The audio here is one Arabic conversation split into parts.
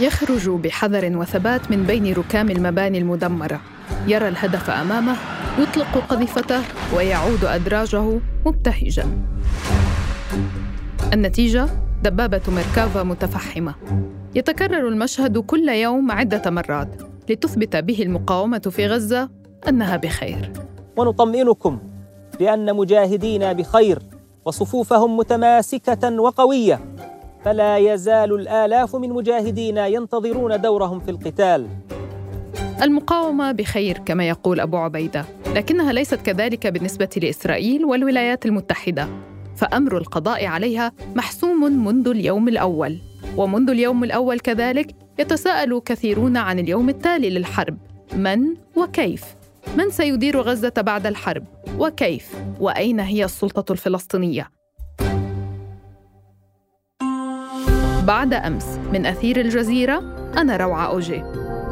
يخرج بحذر وثبات من بين ركام المباني المدمرة، يرى الهدف أمامه، يطلق قذيفته ويعود أدراجه مبتهجاً. النتيجة دبابة ميركافا متفحمة. يتكرر المشهد كل يوم عدة مرات لتثبت به المقاومة في غزة أنها بخير. ونطمئنكم بأن مجاهدينا بخير وصفوفهم متماسكة وقوية، فلا يزال الآلاف من مجاهدينا ينتظرون دورهم في القتال. المقاومة بخير كما يقول أبو عبيدة، لكنها ليست كذلك بالنسبة لإسرائيل والولايات المتحدة، فأمر القضاء عليها محسوم منذ اليوم الأول. ومنذ اليوم الأول كذلك يتساءل كثيرون عن اليوم التالي للحرب: من وكيف؟ من سيدير غزة بعد الحرب؟ وكيف؟ وأين هي السلطة الفلسطينية؟ بعد أمس من أثير الجزيرة، أنا روعة أوجي.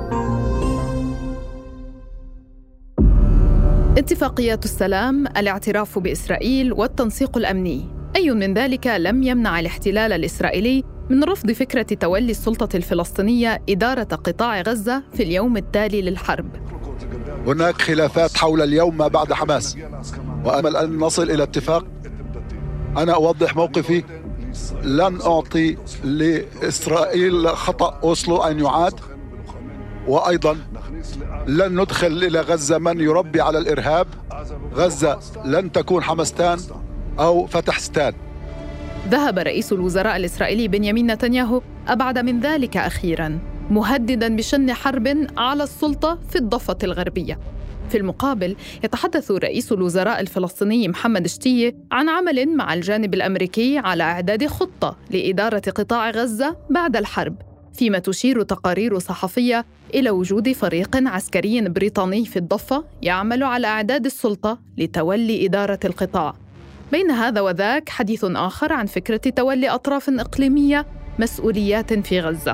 اتفاقيات السلام، الاعتراف بإسرائيل والتنسيق الأمني، أي من ذلك لم يمنع الاحتلال الإسرائيلي من رفض فكرة تولي السلطة الفلسطينية إدارة قطاع غزة في اليوم التالي للحرب. هناك خلافات حول اليوم ما بعد حماس، وأمل أن نصل إلى اتفاق. أنا أوضح موقفي: لن أعطي لإسرائيل خطأ أوسلو أن يعاد، وأيضاً لن ندخل إلى غزة من يربي على الإرهاب. غزة لن تكون حمستان أو فتحستان. ذهب رئيس الوزراء الإسرائيلي بنيامين نتنياهو أبعد من ذلك أخيراً، مهدداً بشن حرب على السلطة في الضفة الغربية. في المقابل يتحدث رئيس الوزراء الفلسطيني محمد شتية عن عمل مع الجانب الأمريكي على إعداد خطة لإدارة قطاع غزة بعد الحرب، فيما تشير تقارير صحفية إلى وجود فريق عسكري بريطاني في الضفة يعمل على إعداد السلطة لتولي إدارة القطاع. بين هذا وذاك حديث آخر عن فكرة تولي أطراف إقليمية مسؤوليات في غزة.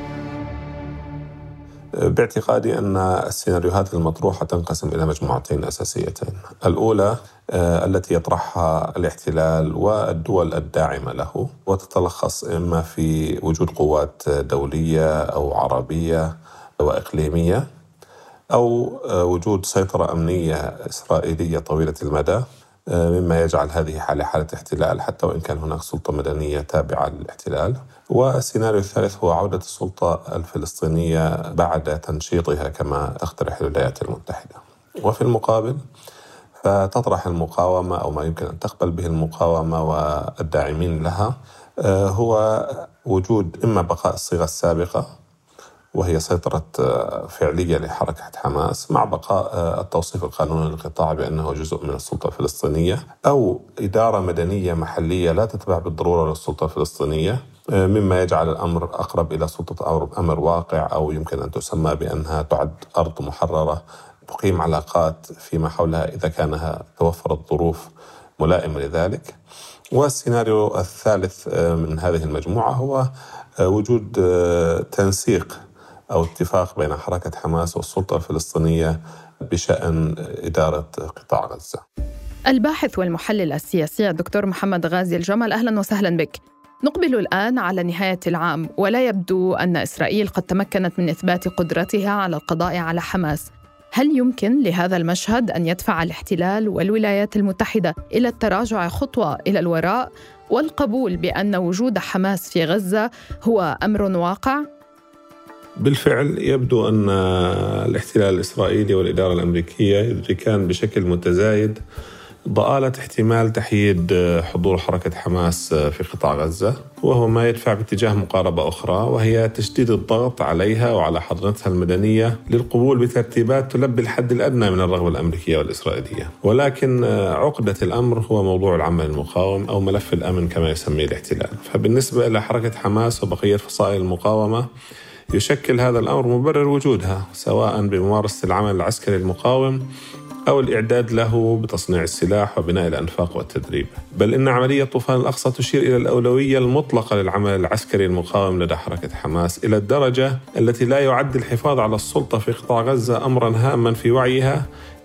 باعتقادي أن السيناريوهات المطروحة تنقسم إلى مجموعتين أساسيتين. الأولى التي يطرحها الاحتلال والدول الداعمة له، وتتلخص إما في وجود قوات دولية أو عربية وإقليمية، أو وجود سيطرة أمنية إسرائيلية طويلة المدى، مما يجعل هذه حالة احتلال حتى وإن كان هناك سلطة مدنية تابعة للاحتلال. والسيناريو الثالث هو عودة السلطة الفلسطينية بعد تنشيطها كما تقترح الولايات المتحدة. وفي المقابل فتطرح المقاومة أو ما يمكن أن تقبل به المقاومة والداعمين لها هو وجود إما بقاء الصيغة السابقة وهي سيطرة فعلية لحركة حماس، مع بقاء التوصيف القانوني للقطاع بأنه جزء من السلطة الفلسطينية، أو إدارة مدنية محلية لا تتبع بالضرورة للسلطة الفلسطينية، مما يجعل الأمر أقرب إلى سلطة أمر واقع، أو يمكن أن تسمى بأنها تعد أرض محررة تقيم علاقات فيما حولها إذا كانها توفرت ظروف ملائمة لذلك. والسيناريو الثالث من هذه المجموعة هو وجود تنسيق أو اتفاق بين حركة حماس والسلطة الفلسطينية بشأن إدارة قطاع غزة. الباحث والمحلل السياسي الدكتور محمد غازي الجمل، أهلاً وسهلاً بك. نقبل الآن على نهاية العام، ولا يبدو أن إسرائيل قد تمكنت من إثبات قدرتها على القضاء على حماس. هل يمكن لهذا المشهد أن يدفع الاحتلال والولايات المتحدة إلى التراجع خطوة إلى الوراء والقبول بأن وجود حماس في غزة هو أمر واقع؟ بالفعل يبدو أن الاحتلال الإسرائيلي والإدارة الأمريكية يدركان بشكل متزايد ضآلة احتمال تحييد حضور حركة حماس في قطاع غزة، وهو ما يدفع باتجاه مقاربة أخرى، وهي تشديد الضغط عليها وعلى حضارتها المدنية للقبول بترتيبات تلبي الحد الأدنى من الرغبة الأمريكية والإسرائيلية. ولكن عقدة الأمر هو موضوع العمل المقاوم أو ملف الأمن كما يسميه الاحتلال. فبالنسبة إلى حركة حماس وبقية فصائل المقاومة يشكل هذا الأمر مبرر وجودها، سواء بممارسة العمل العسكري المقاوم أو الإعداد له بتصنيع السلاح وبناء الأنفاق والتدريب. بل إن عملية طوفان الأقصى تشير إلى الأولوية المطلقة للعمل العسكري المقاوم لدى حركة حماس، إلى الدرجة التي لا يعد الحفاظ على السلطة في قطاع غزة أمراً هاما في وعيها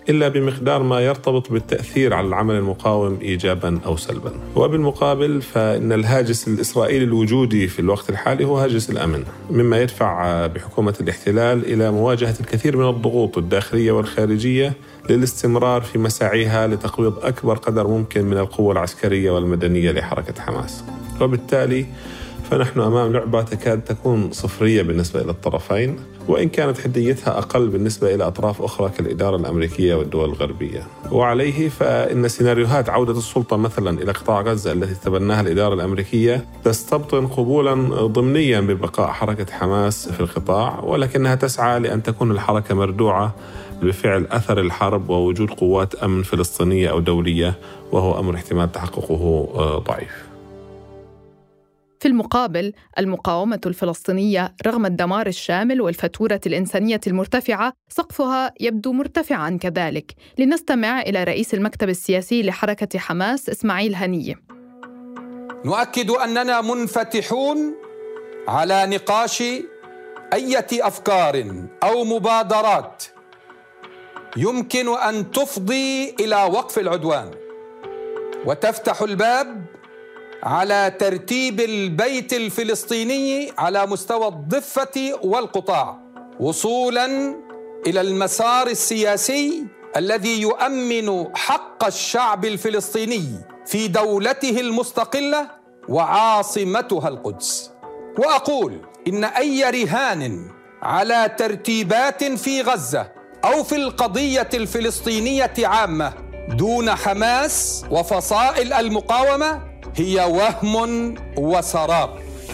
إلا بمقدار ما يرتبط بالتأثير على العمل المقاوم إيجاباً أو سلباً. وبالمقابل فإن الهاجس الإسرائيلي الوجودي في الوقت الحالي هو هاجس الأمن، مما يدفع بحكومة الاحتلال إلى مواجهة الكثير من الضغوط الداخلية والخارجية للاستمرار في مساعيها لتقويض أكبر قدر ممكن من القوة العسكرية والمدنية لحركة حماس. وبالتالي فنحن أمام لعبة تكاد تكون صفرية بالنسبة إلى الطرفين، وإن كانت حديتها أقل بالنسبة إلى أطراف أخرى كالإدارة الأمريكية والدول الغربية. وعليه فإن سيناريوهات عودة السلطة مثلا إلى قطاع غزة التي تبناها الإدارة الأمريكية تستبطن قبولا ضمنيا ببقاء حركة حماس في القطاع، ولكنها تسعى لأن تكون الحركة مردوعة بفعل أثر الحرب ووجود قوات أمن فلسطينية أو دولية، وهو أمر احتمال تحققه ضعيف. في المقابل، المقاومة الفلسطينية رغم الدمار الشامل والفتورة الإنسانية المرتفعة سقفها يبدو مرتفعاً كذلك. لنستمع إلى رئيس المكتب السياسي لحركة حماس إسماعيل هنية. نؤكد أننا منفتحون على نقاش أي أفكار أو مبادرات يمكن أن تفضي إلى وقف العدوان وتفتح الباب على ترتيب البيت الفلسطيني على مستوى الضفة والقطاع، وصولاً إلى المسار السياسي الذي يؤمن حق الشعب الفلسطيني في دولته المستقلة وعاصمتها القدس. وأقول إن أي رهان على ترتيبات في غزة أو في القضية الفلسطينية عامة دون حماس وفصائل المقاومة هي وهم وسراب.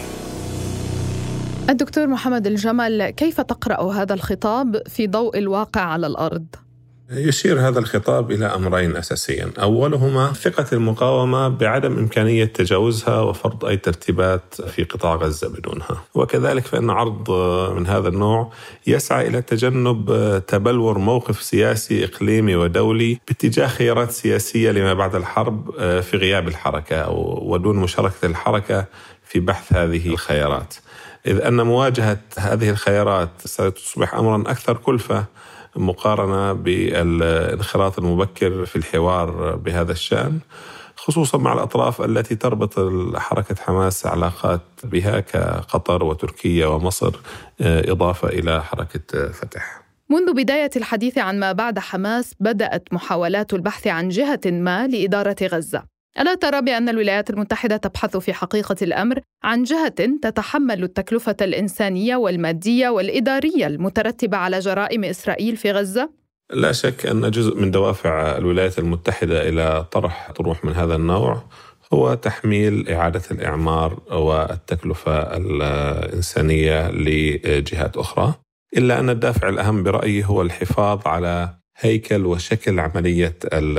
الدكتور محمد الجمل، كيف تقرأ هذا الخطاب في ضوء الواقع على الأرض؟ يشير هذا الخطاب إلى أمرين أساسيين، أولهما ثقة المقاومة بعدم إمكانية تجاوزها وفرض أي ترتيبات في قطاع غزة بدونها، وكذلك فإن عرض من هذا النوع يسعى إلى تجنب تبلور موقف سياسي إقليمي ودولي باتجاه خيارات سياسية لما بعد الحرب في غياب الحركة ودون مشاركة الحركة في بحث هذه الخيارات، إذ أن مواجهة هذه الخيارات ستصبح أمرا أكثر كلفة مقارنة بالانخراط المبكر في الحوار بهذا الشأن، خصوصا مع الأطراف التي تربط حركة حماس علاقات بها كقطر وتركيا ومصر، إضافة إلى حركة فتح. منذ بداية الحديث عن ما بعد حماس بدأت محاولات البحث عن جهة ما لإدارة غزة. ألا ترى بأن الولايات المتحدة تبحث في حقيقة الأمر عن جهة تتحمل التكلفة الإنسانية والمادية والإدارية المترتبة على جرائم إسرائيل في غزة؟ لا شك أن جزء من دوافع الولايات المتحدة إلى طرح طروح من هذا النوع هو تحميل إعادة الإعمار والتكلفة الإنسانية لجهات أخرى، إلا أن الدافع الأهم برأيي هو الحفاظ على هيكل وشكل عملية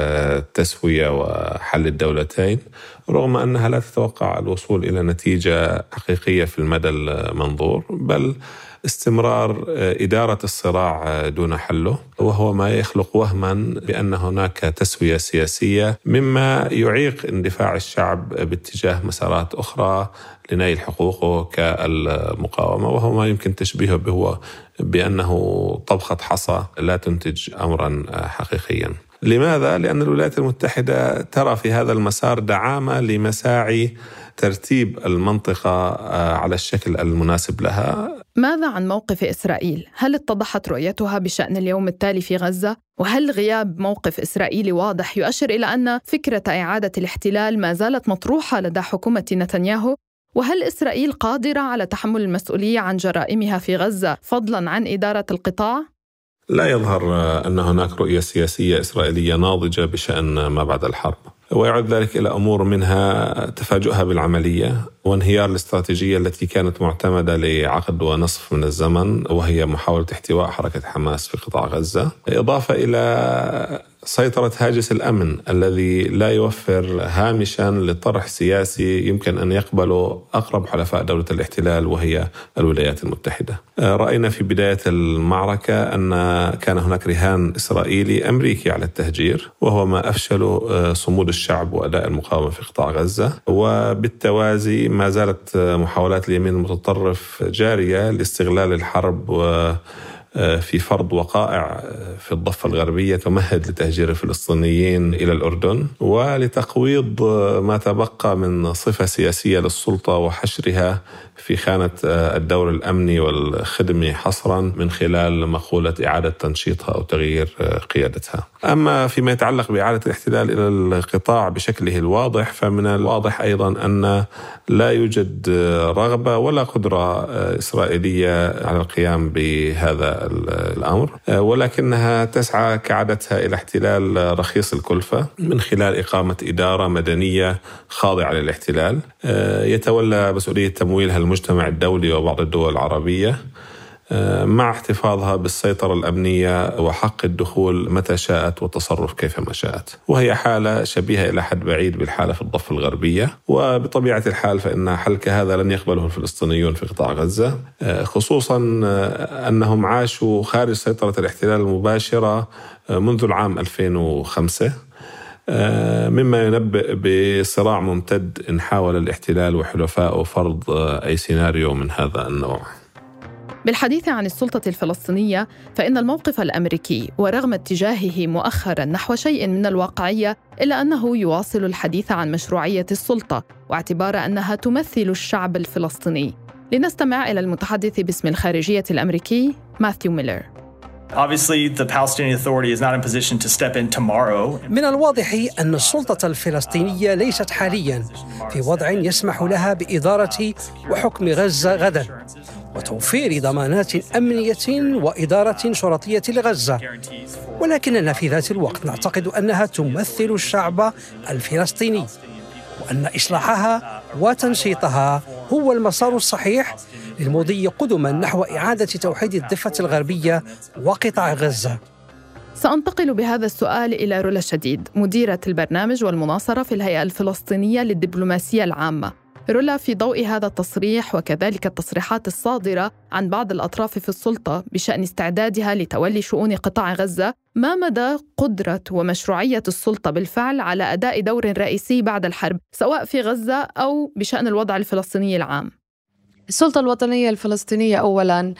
التسوية وحل الدولتين، رغم أنها لا تتوقع الوصول إلى نتيجة حقيقية في المدى المنظور، بل استمرار إدارة الصراع دون حله، وهو ما يخلق وهما بأن هناك تسوية سياسية، مما يعيق اندفاع الشعب باتجاه مسارات أخرى لنيل حقوقه كالمقاومة، وهو ما يمكن تشبيهه به بأنه طبخة حصى لا تنتج أمرا حقيقيا. لماذا؟ لأن الولايات المتحدة ترى في هذا المسار دعامة لمساعي ترتيب المنطقة على الشكل المناسب لها. ماذا عن موقف إسرائيل؟ هل اتضحت رؤيتها بشأن اليوم التالي في غزة؟ وهل غياب موقف إسرائيلي واضح يؤشر إلى أن فكرة إعادة الاحتلال ما زالت مطروحة لدى حكومة نتنياهو؟ وهل إسرائيل قادرة على تحمل المسؤولية عن جرائمها في غزة فضلاً عن إدارة القطاع؟ لا يظهر أن هناك رؤية سياسية إسرائيلية ناضجة بشأن ما بعد الحرب، ويعود ذلك إلى أمور منها تفاجؤها بالعملية وانهيار الاستراتيجية التي كانت معتمدة لعقد ونصف من الزمن، وهي محاولة احتواء حركة حماس في قطاع غزة، إضافة إلى سيطرة هاجس الأمن الذي لا يوفر هامشا لطرح سياسي يمكن أن يقبله أقرب حلفاء دولة الاحتلال وهي الولايات المتحدة. رأينا في بداية المعركة أن كان هناك رهان إسرائيلي أمريكي على التهجير، وهو ما أفشل صمود الشعب وأداء المقاومة في قطاع غزة، وبالتوازي ما زالت محاولات اليمين المتطرف جارية لاستغلال الحرب في فرض وقائع في الضفة الغربية تمهد لتهجير الفلسطينيين إلى الأردن، ولتقويض ما تبقى من صفة سياسية للسلطة وحشرها في خانة الدور الأمني والخدمي حصرا من خلال مقولة إعادة تنشيطها أو تغيير قيادتها. أما فيما يتعلق بإعادة الاحتلال إلى القطاع بشكله الواضح، فمن الواضح أيضا أن لا يوجد رغبة ولا قدرة إسرائيلية على القيام بهذا الأمر، ولكنها تسعى كعادتها إلى احتلال رخيص الكلفة من خلال إقامة إدارة مدنية خاضعة للاحتلال يتولى مسؤولية تمويلها المجتمع الدولي وبعض الدول العربية، مع احتفاظها بالسيطرة الأمنية وحق الدخول متى شاءت والتصرف كيفما شاءت. وهي حالة شبيهة إلى حد بعيد بالحالة في الضفة الغربية، وبطبيعة الحال فإن حل كهذا لن يقبله الفلسطينيون في قطاع غزة، خصوصا أنهم عاشوا خارج سيطرة الاحتلال المباشرة منذ العام 2005، مما ينبئ بصراع ممتد إن حاول الاحتلال وحلفائه فرض أي سيناريو من هذا النوع. بالحديث عن السلطة الفلسطينية، فإن الموقف الأمريكي ورغم اتجاهه مؤخراً نحو شيء من الواقعية، إلا أنه يواصل الحديث عن مشروعية السلطة واعتبار أنها تمثل الشعب الفلسطيني. لنستمع إلى المتحدث باسم الخارجية الأمريكي ماثيو ميلر. من الواضح أن السلطة الفلسطينية ليست حالياً في وضع يسمح لها بإدارة وحكم غزة غداً وتوفير ضمانات أمنية وإدارة شرطية لغزة، ولكننا في ذات الوقت نعتقد أنها تمثل الشعب الفلسطيني، وأن إصلاحها وتنشيطها هو المسار الصحيح للمضي قدما نحو إعادة توحيد الضفة الغربية وقطاع غزة. سأنتقل بهذا السؤال إلى رولا شديد، مديرة البرنامج والمناصرة في الهيئة الفلسطينية للدبلوماسية العامة. رولا، في ضوء هذا التصريح وكذلك التصريحات الصادرة عن بعض الأطراف في السلطة بشأن استعدادها لتولي شؤون قطاع غزة، ما مدى قدرة ومشروعية السلطة بالفعل على أداء دور رئيسي بعد الحرب، سواء في غزة أو بشأن الوضع الفلسطيني العام؟ السلطة الوطنية الفلسطينية أولاً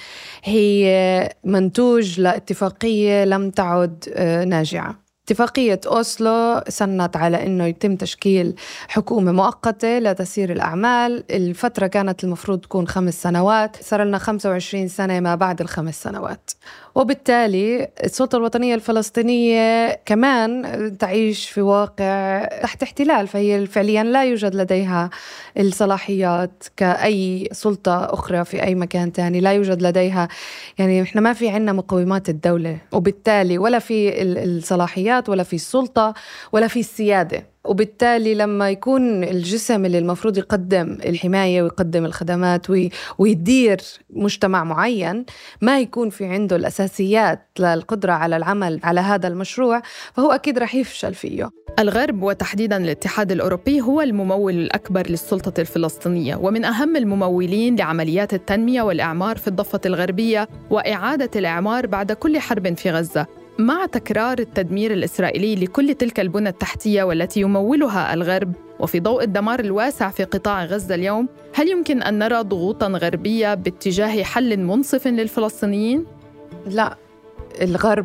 هي منتوج لاتفاقية لم تعد ناجعة. اتفاقية أوسلو سنت على أنه يتم تشكيل حكومة مؤقتة لتسيير الأعمال. الفترة كانت المفروض تكون 5 سنوات، صار لنا 25 سنة ما بعد ال5 سنوات، وبالتالي السلطة الوطنية الفلسطينية كمان تعيش في واقع تحت احتلال، فهي فعليا لا يوجد لديها الصلاحيات كأي سلطة أخرى في أي مكان تاني، لا يوجد لديها، يعني إحنا ما في عنا مقومات الدولة، وبالتالي ولا في الصلاحيات ولا في السلطة ولا في السيادة. وبالتالي لما يكون الجسم اللي المفروض يقدم الحماية ويقدم الخدمات ويدير مجتمع معين ما يكون في عنده الأساسيات للقدرة على العمل على هذا المشروع، فهو أكيد رح يفشل فيه. الغرب وتحديداً الاتحاد الأوروبي هو الممول الأكبر للسلطة الفلسطينية، ومن أهم الممولين لعمليات التنمية والإعمار في الضفة الغربية وإعادة الإعمار بعد كل حرب في غزة. مع تكرار التدمير الإسرائيلي لكل تلك البنى التحتية والتي يمولها الغرب، وفي ضوء الدمار الواسع في قطاع غزة اليوم، هل يمكن أن نرى ضغوطاً غربية باتجاه حل منصف للفلسطينيين؟ لا، الغرب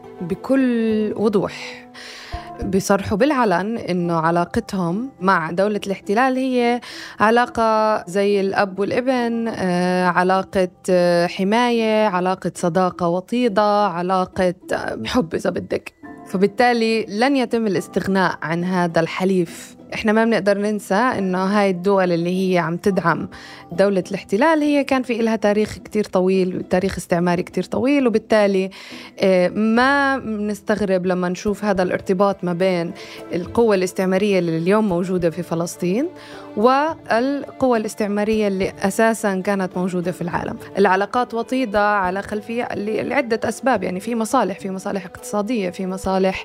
بكل وضوح بيصرحوا بالعلن إنه علاقتهم مع دولة الاحتلال هي علاقة زي الأب والابن، علاقة حماية، علاقة صداقة وطيدة، علاقة حب إذا بدك. فبالتالي لن يتم الاستغناء عن هذا الحليف. إحنا ما بنقدر ننسى إنه هاي الدول اللي هي عم تدعم دولة الاحتلال هي كان في إلها تاريخ كتير طويل، تاريخ استعماري كتير طويل، وبالتالي ما نستغرب لما نشوف هذا الارتباط ما بين القوة الاستعمارية اللي اليوم موجودة في فلسطين والقوة الاستعمارية اللي أساساً كانت موجودة في العالم. العلاقات وطيدة على خلفية لعدة أسباب، يعني في مصالح اقتصادية، في مصالح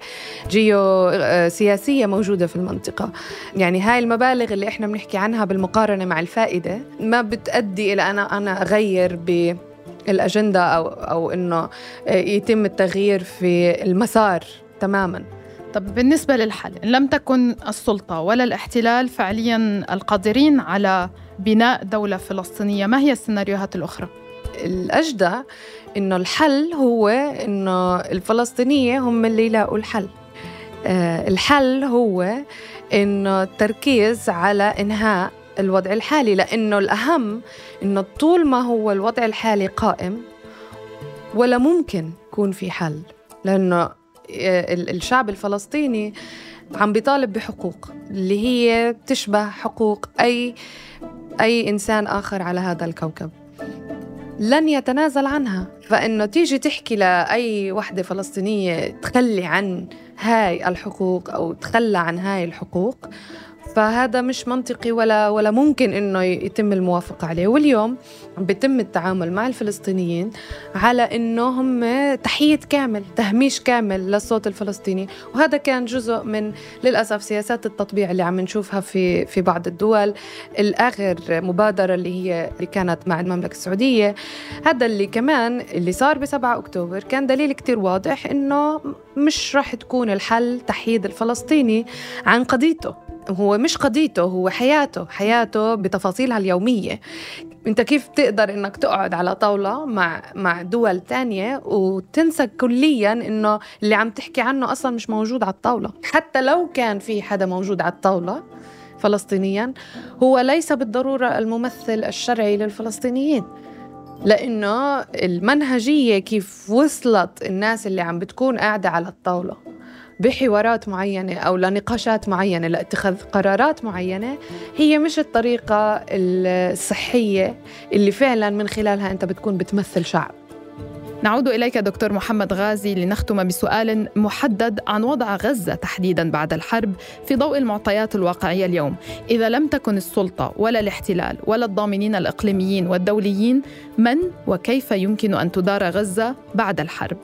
سياسية موجودة في المنطقة. يعني هاي المبالغ اللي إحنا بنحكي عنها بالمقارنة مع الفائدة ما بتؤدي إلى أنا أغير بالأجندة أو إنه يتم التغيير في المسار تماماً. طب بالنسبة للحل، إن لم تكن السلطة ولا الاحتلال فعلياً القادرين على بناء دولة فلسطينية، ما هي السيناريوهات الأخرى؟ الأجدى إنه الحل هو إنه الفلسطينية هم اللي يلاقوا الحل. الحل هو إنه التركيز على إنهاء الوضع الحالي، لأنه الأهم إنه طول ما هو الوضع الحالي قائم ولا ممكن يكون في حل، لأنه الشعب الفلسطيني عم بيطالب بحقوق اللي هي تشبه حقوق أي إنسان آخر على هذا الكوكب، لن يتنازل عنها. فإنه تيجي تحكي لأي وحدة فلسطينية تخلي عن هاي الحقوق أو تخلى عن هاي الحقوق، فهذا مش منطقي ولا ممكن إنه يتم الموافقة عليه. واليوم بيتم التعامل مع الفلسطينيين على إنه هم تحييد كامل، تهميش كامل للصوت الفلسطيني، وهذا كان جزء من للأسف سياسات التطبيع اللي عم نشوفها في بعض الدول. الآخر مبادرة اللي كانت مع المملكة السعودية، هذا اللي كمان اللي صار ب7 أكتوبر كان دليل كتير واضح إنه مش راح تكون الحل تحييد الفلسطيني عن قضيته. هو مش قضيته، هو حياته بتفاصيلها اليومية. انت كيف تقدر انك تقعد على طاولة مع دول تانية وتنسى كليا انه اللي عم تحكي عنه اصلا مش موجود على الطاولة؟ حتى لو كان في حدا موجود على الطاولة فلسطينيا، هو ليس بالضرورة الممثل الشرعي للفلسطينيين، لانه المنهجية كيف وصلت الناس اللي عم بتكون قاعدة على الطاولة بحوارات معينة أو لنقاشات معينة لاتخاذ قرارات معينة، هي مش الطريقة الصحية اللي فعلا من خلالها أنت بتكون بتمثل شعب. نعود إليك دكتور محمد غازي لنختم بسؤال محدد عن وضع غزة تحديداً بعد الحرب في ضوء المعطيات الواقعية اليوم. إذا لم تكن السلطة ولا الاحتلال ولا الضامنين الإقليميين والدوليين، من وكيف يمكن أن تدار غزة بعد الحرب؟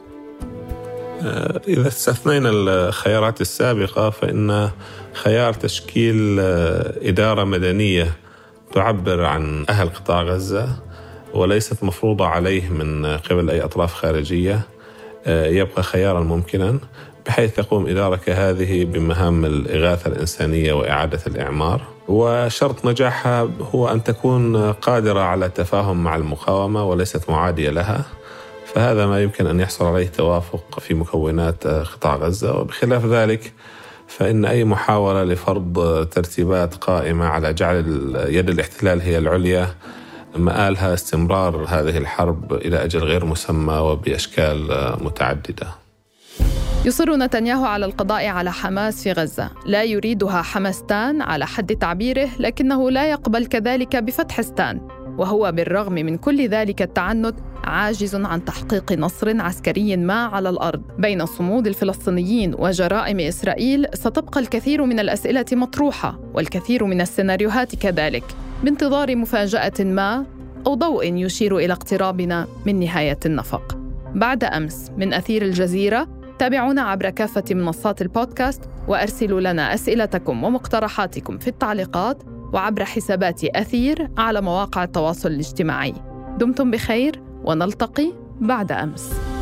إذا استثنينا الخيارات السابقة، فإن خيار تشكيل إدارة مدنية تعبر عن أهل قطاع غزة وليست مفروضة عليه من قبل أي أطراف خارجية يبقى خياراً ممكناً، بحيث تقوم إدارة كهذه بمهام الإغاثة الإنسانية وإعادة الإعمار. وشرط نجاحها هو أن تكون قادرة على التفاهم مع المقاومة وليست معادية لها، فهذا ما يمكن أن يحصل عليه توافق في مكونات قطاع غزة. وبخلاف ذلك فإن أي محاولة لفرض ترتيبات قائمة على جعل يد الاحتلال هي العليا مآلها استمرار هذه الحرب إلى أجل غير مسمى وبأشكال متعددة. يصر نتنياهو على القضاء على حماس في غزة، لا يريدها حماستان على حد تعبيره، لكنه لا يقبل كذلك بفتحستان، وهو بالرغم من كل ذلك التعنت عاجز عن تحقيق نصر عسكري ما على الأرض. بين صمود الفلسطينيين وجرائم إسرائيل ستبقى الكثير من الأسئلة مطروحة والكثير من السيناريوهات كذلك، بانتظار مفاجأة ما أو ضوء يشير إلى اقترابنا من نهاية النفق. بعد أمس من أثير الجزيرة، تابعونا عبر كافة منصات البودكاست، وأرسلوا لنا أسئلتكم ومقترحاتكم في التعليقات وعبر حسابات أثير على مواقع التواصل الاجتماعي. دمتم بخير ونلتقي بعد أمس.